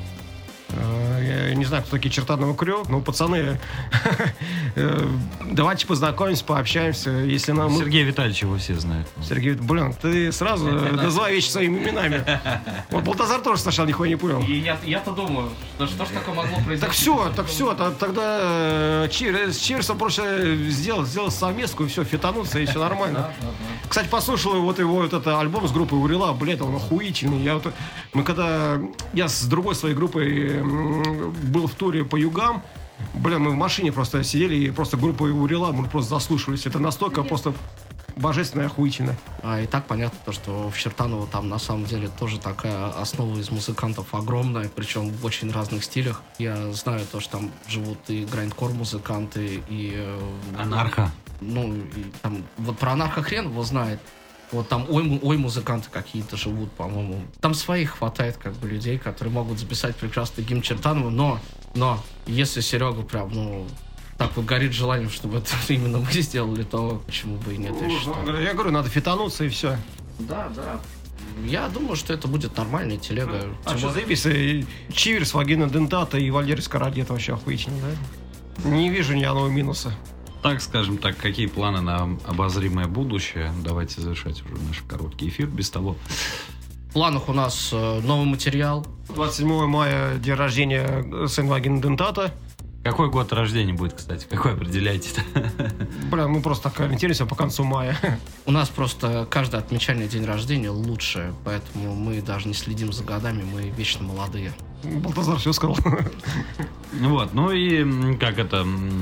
Я не знаю, кто такие Чертаново Крю, но, пацаны, давайте познакомимся, пообщаемся. Если нам... Сергей Витальевич его все знают. Сергей, блин, ты сразу называй вещи своими именами. Вот Балтазар тоже сначала нихуя не понял. Я-то думаю, что ж такое могло произойти? Так все, тогда с Чирсом просто сделать совместку, и все, фитануться, и все нормально. Кстати, послушал вот его этот альбом с группой Урила, блядь, он охуительный. Я с другой своей группой был в туре по югам, бля, мы в машине просто сидели и просто группой Урила, мы просто заслушивались. Это настолько просто божественно и охуительно. И так понятно, то, что в Чертаново там на самом деле тоже такая основа из музыкантов огромная, причем в очень разных стилях. Я знаю то, что там живут и грайндкор музыканты, и... Анарха. Ну, и там, вот про анарха хрен его знает. Вот там ой музыканты какие-то живут, по-моему. Там своих хватает, как бы, людей, которые могут записать прекрасный гимн Чертанову, но если Серега прям, так вот горит желанием, чтобы это именно мы сделали, то почему бы и нет, я считаю. Я говорю, надо фитануться и все. Да. Я думаю, что это будет нормальная телега. Что заебись, Чиверс, Вагина Дентата и Валерий Скороди, это вообще охуительно, да? Не вижу ни одного минуса. Так, скажем так, какие планы на обозримое будущее? Давайте завершать уже наш короткий эфир. Без того. В планах у нас новый материал. 27 мая день рождения Сен-Вагина Дентата. Какой год рождения будет, кстати? Какой определяете-то? Бля, мы просто так ориентируемся по концу мая. У нас просто каждое отмечание день рождения лучше, поэтому мы даже не следим за годами, мы вечно молодые. Балтазар все сказал. Вот, ну и как это,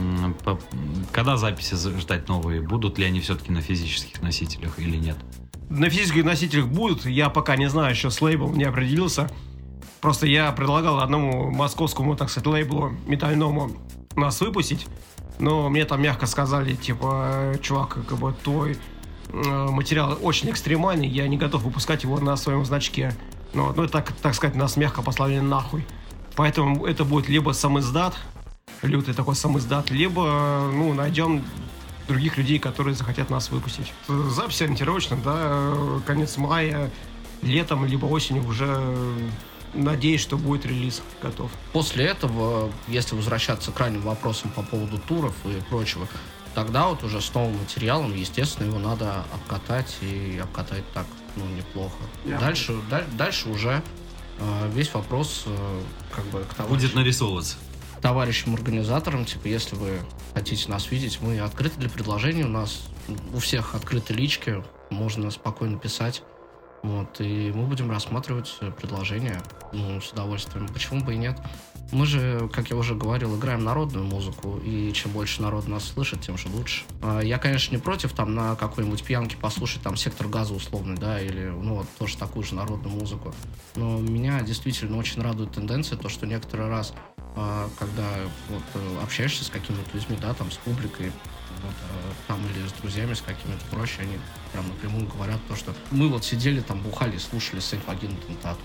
когда записи ждать новые? Будут ли они все-таки на физических носителях или нет? На физических носителях будут, я пока не знаю, еще с лейблом не определился. Просто я предлагал одному московскому, так сказать, лейблу метальному нас выпустить, но мне там мягко сказали, типа, чувак, как бы твой материал очень экстремальный, я не готов выпускать его на своем значке. Ну, так сказать, нас мягко послали нахуй. Поэтому это будет либо самиздат, лютый такой самиздат, либо, найдем других людей, которые захотят нас выпустить. Запись ориентировочно, да, конец мая, летом, либо осенью уже, надеюсь, что будет релиз готов. После этого, если возвращаться к ранним вопросам по поводу туров и прочего, тогда вот уже с новым материалом, естественно, его надо обкатать и обкатать так, неплохо. Дальше уже весь вопрос как бы к товарищам. Будет нарисовываться. Товарищам-организаторам, типа, если вы хотите нас видеть, мы открыты для предложений, у нас у всех открыты лички, можно спокойно писать. Вот, и мы будем рассматривать предложения, с удовольствием. Почему бы и нет? Мы же, как я уже говорил, играем народную музыку, и чем больше народ нас слышит, тем же лучше. Я, конечно, не против там на какой-нибудь пьянке послушать там «Сектор газа» условный, да, или, тоже такую же народную музыку. Но меня действительно очень радует тенденция, то, что некоторый раз, когда общаешься с какими-то людьми, да, там, с публикой, там или с друзьями, с какими-то проще, они прям напрямую говорят то, что мы сидели там, бухали, слушали Сен-Вагина Дентату.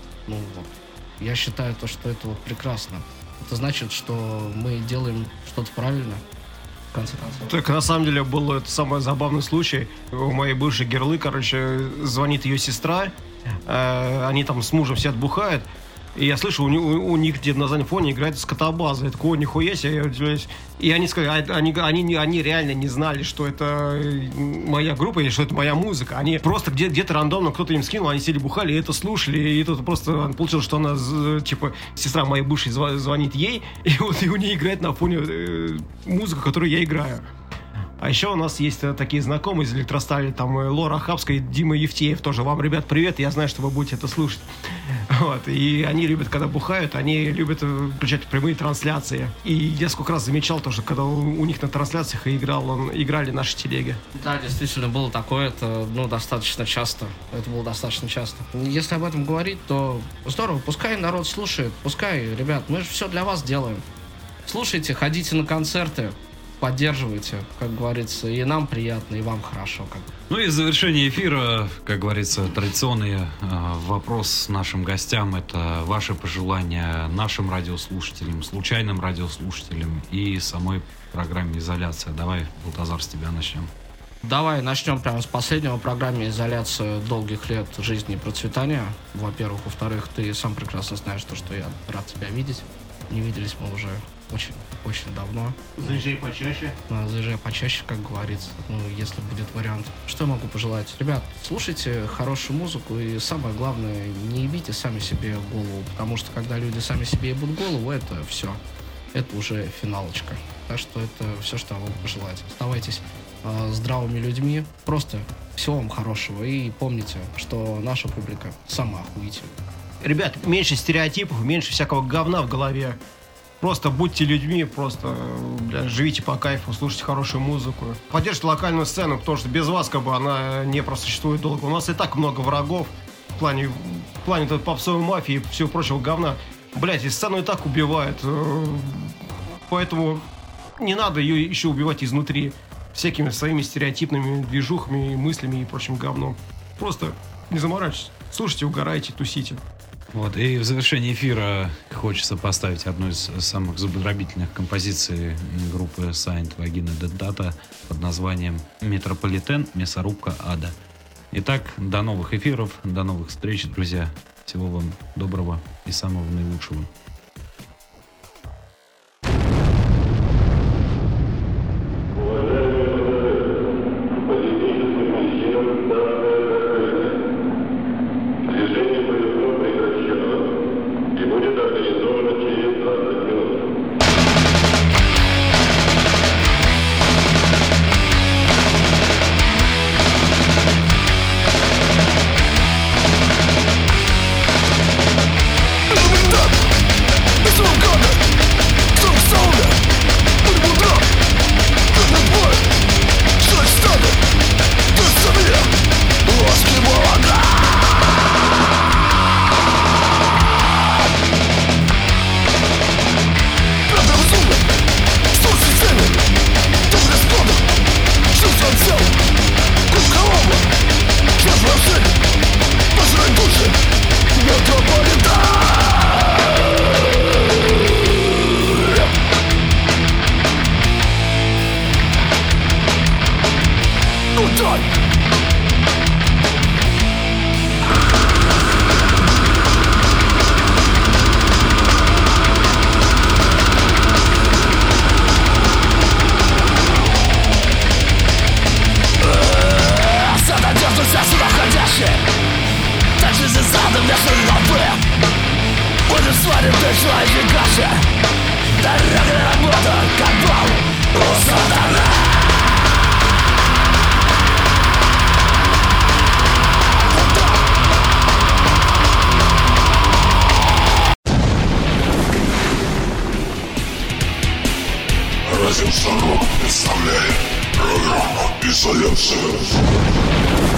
Я считаю то, что это прекрасно. Это значит, что мы делаем что-то правильно, в конце концов. Так, на самом деле, был это самый забавный случай. У моей бывшей герлы, звонит ее сестра, они там с мужем все отбухают, и я слышу, у них где-то на заднем фоне играет скотобаза. Я такой, нихуя себе, я удивляюсь. И они сказали, они реально не знали, что это моя группа или что это моя музыка. Они просто где-то рандомно кто-то им скинул, они сели бухали и это слушали. И тут просто получилось, что она, типа, сестра моей бывшей звонит ей, и у нее играет на фоне музыка, которую я играю. А еще у нас есть такие знакомые из Электростали, там Лора Хабская и Дима Евтеев тоже. Вам, ребят, привет, я знаю, что вы будете это слушать. Вот. И они любят, когда бухают, они любят включать прямые трансляции. И я сколько раз замечал тоже, когда у них на трансляциях играли наши телеги. Да, действительно, было такое, это достаточно часто. Это было достаточно часто. Если об этом говорить, то здорово, пускай народ слушает, пускай, ребят, мы же все для вас делаем. Слушайте, ходите на концерты, поддерживайте, как говорится, и нам приятно, и вам хорошо. Ну и в завершении эфира, как говорится, традиционный вопрос нашим гостям. Это ваши пожелания нашим радиослушателям, случайным радиослушателям и самой программе «Изоляция». Давай, Балтазар, с тебя начнем. Давай начнем прямо с последнего. Программе «Изоляция» долгих лет жизни и процветания. Во-первых. Во-вторых, ты сам прекрасно знаешь то, что я рад тебя видеть. Не виделись мы уже очень давно. Заезжай почаще. Заезжай почаще, как говорится. Если будет вариант. Что я могу пожелать? Ребят, слушайте хорошую музыку и самое главное, не ебите сами себе голову. Потому что когда люди сами себе ебут голову, это все. Это уже финалочка. Так что это все, что я могу пожелать. Оставайтесь здравыми людьми. Просто всего вам хорошего. И помните, что наша публика самая охуительная. Ребят, меньше стереотипов, меньше всякого говна в голове. Просто будьте людьми, просто живите по кайфу, слушайте хорошую музыку. Поддержите локальную сцену, потому что без вас она не просуществует долго. У нас и так много врагов в плане попсовой мафии и всего прочего говна. Блять, и сцену и так убивают. Поэтому не надо ее еще убивать изнутри всякими своими стереотипными движухами, мыслями и прочим говном. Просто не заморачивайтесь. Слушайте, угорайте, тусите. Вот, и в завершении эфира хочется поставить одну из самых зубодробительных композиций группы Saint Vagina Dead Data под названием «Метрополитен. Мясорубка ада». Итак, до новых эфиров, до новых встреч, друзья. Всего вам доброго и самого наилучшего. Радио Сорок представляет программу «Изоляция».